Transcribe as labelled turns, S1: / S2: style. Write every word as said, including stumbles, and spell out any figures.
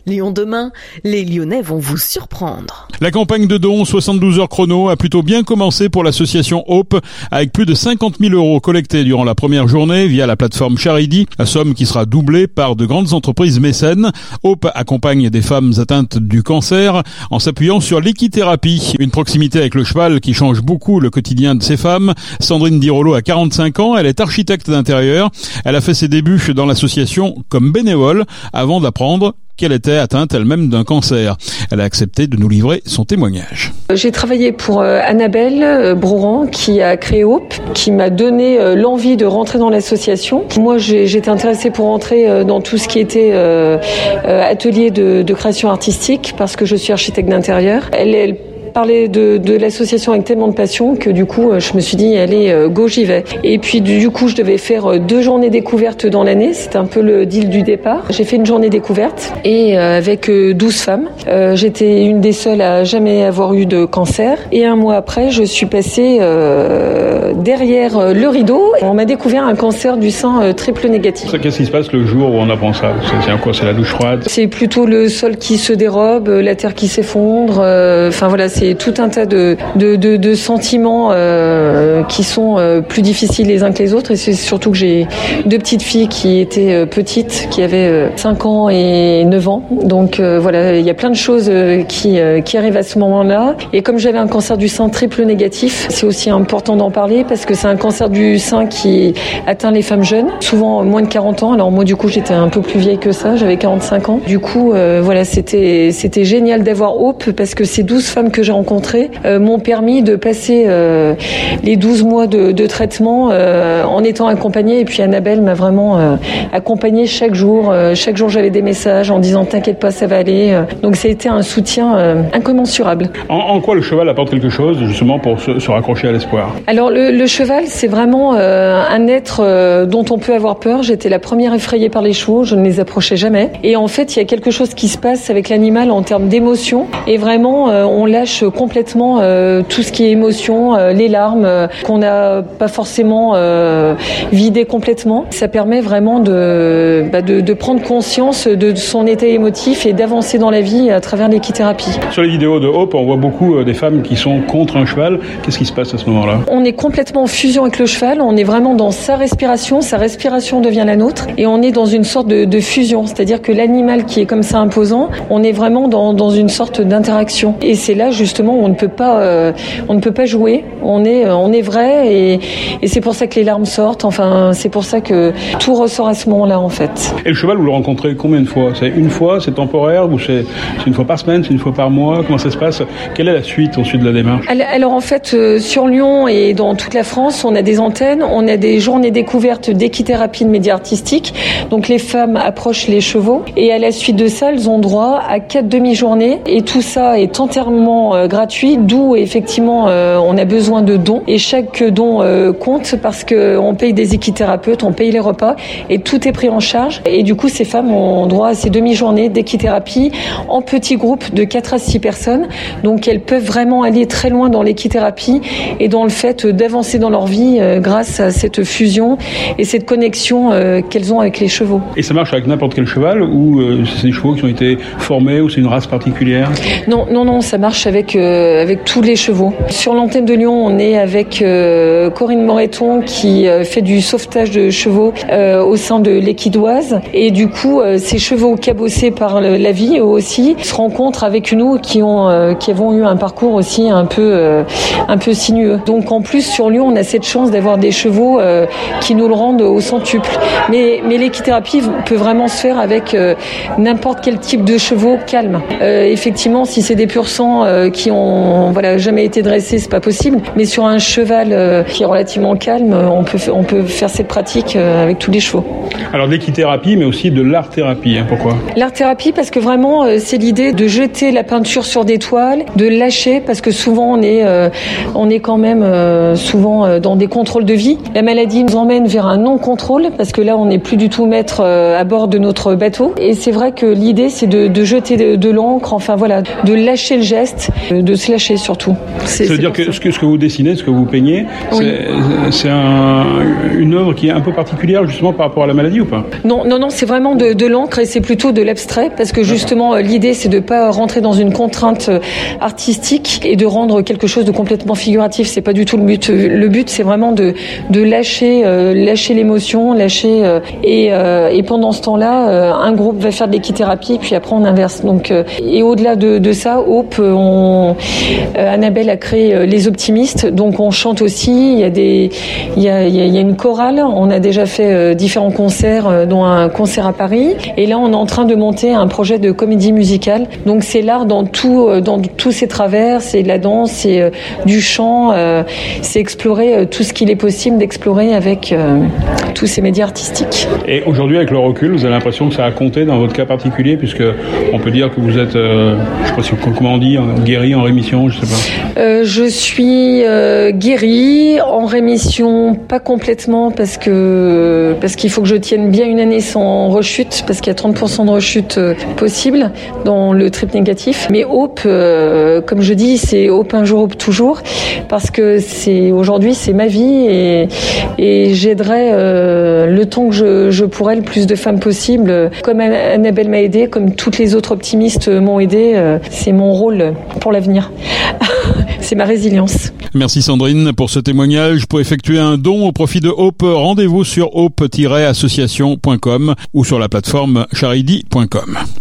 S1: Lyon demain, les Lyonnais vont vous surprendre.
S2: La campagne de dons soixante-douze heures chrono a plutôt bien commencé pour l'association Hope, avec plus de cinquante mille euros collectés durant la première journée via la plateforme Charity, la somme qui sera doublée par de grandes entreprises mécènes. Hope accompagne des femmes atteintes du cancer en s'appuyant sur l'équithérapie, une proximité avec le cheval qui change beaucoup le quotidien de ces femmes. Sandrine Dirolo a quarante-cinq ans, elle est architecte d'intérieur. Elle a fait ses débuts dans l'association comme bénévole avant d'apprendre qu'elle était atteinte elle-même d'un cancer. Elle a accepté de nous livrer son témoignage.
S3: J'ai travaillé pour Annabelle Brouran qui a créé Hope, qui m'a donné l'envie de rentrer dans l'association. Moi, j'ai, j'étais intéressée pour rentrer dans tout ce qui était euh, atelier de, de création artistique parce que je suis architecte d'intérieur. Elle, elle parler de, de l'association avec tellement de passion que du coup je me suis dit allez go j'y vais. Et puis du coup je devais faire deux journées découvertes dans l'année, c'était un peu le deal du départ. J'ai fait une journée découverte et euh, avec douze femmes. Euh, j'étais une des seules à jamais avoir eu de cancer et un mois après je suis passée euh, derrière le rideau. On m'a découvert un cancer du sein euh, triple négatif.
S2: Qu'est-ce qui se passe le jour où on apprend ça? C'est, c'est quoi? C'est la douche froide?
S3: C'est plutôt le sol qui se dérobe, la terre qui s'effondre, euh, enfin voilà, c'est C'est tout un tas de, de, de, de sentiments euh, qui sont euh, plus difficiles les uns que les autres. Et c'est surtout que j'ai deux petites filles qui étaient euh, petites, qui avaient euh, cinq ans et neuf ans. Donc euh, voilà, il y a plein de choses euh, qui, euh, qui arrivent à ce moment-là. Et comme j'avais un cancer du sein triple négatif, c'est aussi important d'en parler parce que c'est un cancer du sein qui atteint les femmes jeunes, souvent moins de quarante ans. Alors moi du coup j'étais un peu plus vieille que ça, j'avais quarante-cinq ans. Du coup euh, voilà, c'était, c'était génial d'avoir Hope parce que ces douze femmes que j'ai rencontrées euh, m'ont permis de passer euh, les douze mois de, de traitement euh, en étant accompagnée. Et puis Annabelle m'a vraiment euh, accompagnée chaque jour. Euh, chaque jour j'avais des messages en disant t'inquiète pas, ça va aller. Euh, donc ça a été un soutien euh, incommensurable.
S2: En, en quoi le cheval apporte quelque chose justement pour se, se raccrocher à l'espoir?
S3: Alors le, le cheval c'est vraiment euh, un être euh, dont on peut avoir peur. J'étais la première effrayée par les chevaux, je ne les approchais jamais. Et en fait il y a quelque chose qui se passe avec l'animal en termes d'émotion et vraiment euh, on lâche complètement euh, tout ce qui est émotion, euh, les larmes euh, qu'on n'a pas forcément euh, vidées complètement. Ça permet vraiment de, bah de, de prendre conscience de son état émotif et d'avancer dans la vie à travers l'équithérapie.
S2: Sur les vidéos de Hope, on voit beaucoup euh, des femmes qui sont contre un cheval. Qu'est-ce qui se passe à ce moment-là?
S3: On est complètement en fusion avec le cheval, on est vraiment dans sa respiration, sa respiration devient la nôtre et on est dans une sorte de, de fusion, c'est-à-dire que l'animal qui est comme ça imposant, on est vraiment dans, dans une sorte d'interaction. Et c'est là justement où on ne peut pas, euh, on ne peut pas jouer, on est, on est vrai et, et c'est pour ça que les larmes sortent, enfin c'est pour ça que tout ressort à ce moment-là en fait.
S2: Et le cheval, vous le rencontrez combien de fois? C'est une fois, c'est temporaire ou c'est, c'est une fois par semaine, c'est une fois par mois? Comment ça se passe? Quelle est la suite ensuite de la démarche?
S3: Alors en fait, euh, sur Lyon et dans toute la France, on a des antennes, on a des journées découvertes d'équithérapie de médias artistiques. Donc les femmes approchent les chevaux et à la suite de ça, elles ont droit à quatre demi-journées et tout ça est entièrement euh, gratuit, d'où effectivement euh, on a besoin de dons et chaque don euh, compte parce que on paye des équithérapeutes, on paye les repas et tout est pris en charge. Et du coup, ces femmes ont droit à ces demi-journées d'équithérapie en petits groupes de quatre à six personnes. Donc elles peuvent vraiment aller très loin dans l'équithérapie et dans le fait d'avancer dans leur vie euh, grâce à cette fusion et cette connexion euh, qu'elles ont avec les chevaux.
S2: Et ça marche avec n'importe quel cheval ou euh, c'est des chevaux qui ont été formés ou c'est une race particulière?
S3: Non, non, non, ça marche avec euh, avec tous les chevaux. Sur l'antenne de Lyon, on est avec euh, Corinne Moreton qui euh, fait du sauvetage de chevaux euh, au sein de l'Équidoise et du coup, euh, ces chevaux cabossés par le, la vie eux aussi se rencontrent avec nous qui ont euh, qui avons eu un parcours aussi un peu euh, un peu sinueux. Donc en plus sur Lyon, on a cette chance d'avoir des chevaux euh, qui nous le rendent au centuple. Mais mais l'équithérapie peut vraiment se faire avec euh, n'importe quel type de chevaux calmes. Euh, effectivement, si c'est des pur sang euh, qui ont voilà jamais été dressés, c'est pas possible. Mais sur un cheval euh, qui est relativement calme, on peut on peut faire cette pratique euh, avec tous les chevaux.
S2: Alors l'équithérapie, mais aussi de l'art-thérapie. Hein, pourquoi?
S3: L'art-thérapie parce que vraiment euh, c'est l'idée de jeter la peinture sur des toiles, de lâcher parce que souvent on est euh, on est quand même euh, souvent euh, dans des contrôles de vie. La maladie nous emmène vers un non-contrôle parce que là on n'est plus du tout maître euh, à bord de notre bateau. Et c'est vrai que l'idée c'est de, de jeter de, de l'encre, enfin voilà, de lâcher le geste de se lâcher surtout.
S2: C'est, ça veut dire que ce, que ce que vous dessinez, ce que vous peignez, oui. c'est, c'est un, une œuvre qui est un peu particulière justement par rapport à la maladie ou pas?
S3: Non, non, non, c'est vraiment de, de l'encre et c'est plutôt de l'abstrait parce que justement l'idée c'est de pas rentrer dans une contrainte artistique et de rendre quelque chose de complètement figuratif. C'est pas du tout le but. Le but c'est vraiment de, de lâcher, euh, lâcher l'émotion, lâcher euh, et, euh, et pendant ce temps-là, euh, un groupe va faire de l'équithérapie puis après on inverse. Donc euh, et au-delà de, de ça, Hope, on, euh, Annabelle a créé euh, les optimistes. Donc on chante aussi. Il y a des, il y a, il y a une chorale. On a déjà fait euh, différents concerts, euh, dont un concert à Paris. Et là, on est en train de monter un projet de comédie musicale. Donc c'est l'art dans tout, euh, dans tous ses travers. C'est de la danse, c'est euh, du chant. Euh, c'est explorer euh, tout ce qu'il est possible d'explorer avec euh, tous ces médias artistiques.
S2: Et aujourd'hui, avec le recul, vous avez l'impression que ça a compté dans votre cas particulier, puisque on peut dire que vous êtes, euh, je sais pas si comment on dit, guéri, en rémission, je sais pas.
S3: Euh, je suis euh, guérie, en rémission, pas complètement, parce que parce qu'il faut que je tienne bien une année sans rechute, parce qu'il y a trente pour cent de rechute euh, possible dans le trip négatif. Mais Hope, euh, comme je dis, c'est Hope un jour, Hope toujours, parce que c'est aujourd'hui c'est ma vie et et j'aiderai euh, le temps que je, je pourrai le plus de femmes possible. Comme Annabelle m'a aidée, comme toutes les autres optimistes m'ont aidée, euh, c'est mon rôle pour l'avenir. C'est ma résilience.
S2: Merci Sandrine pour ce témoignage. Pour effectuer un don au profit de Hope, rendez-vous sur hope tiret association point com ou sur la plateforme charidi point com.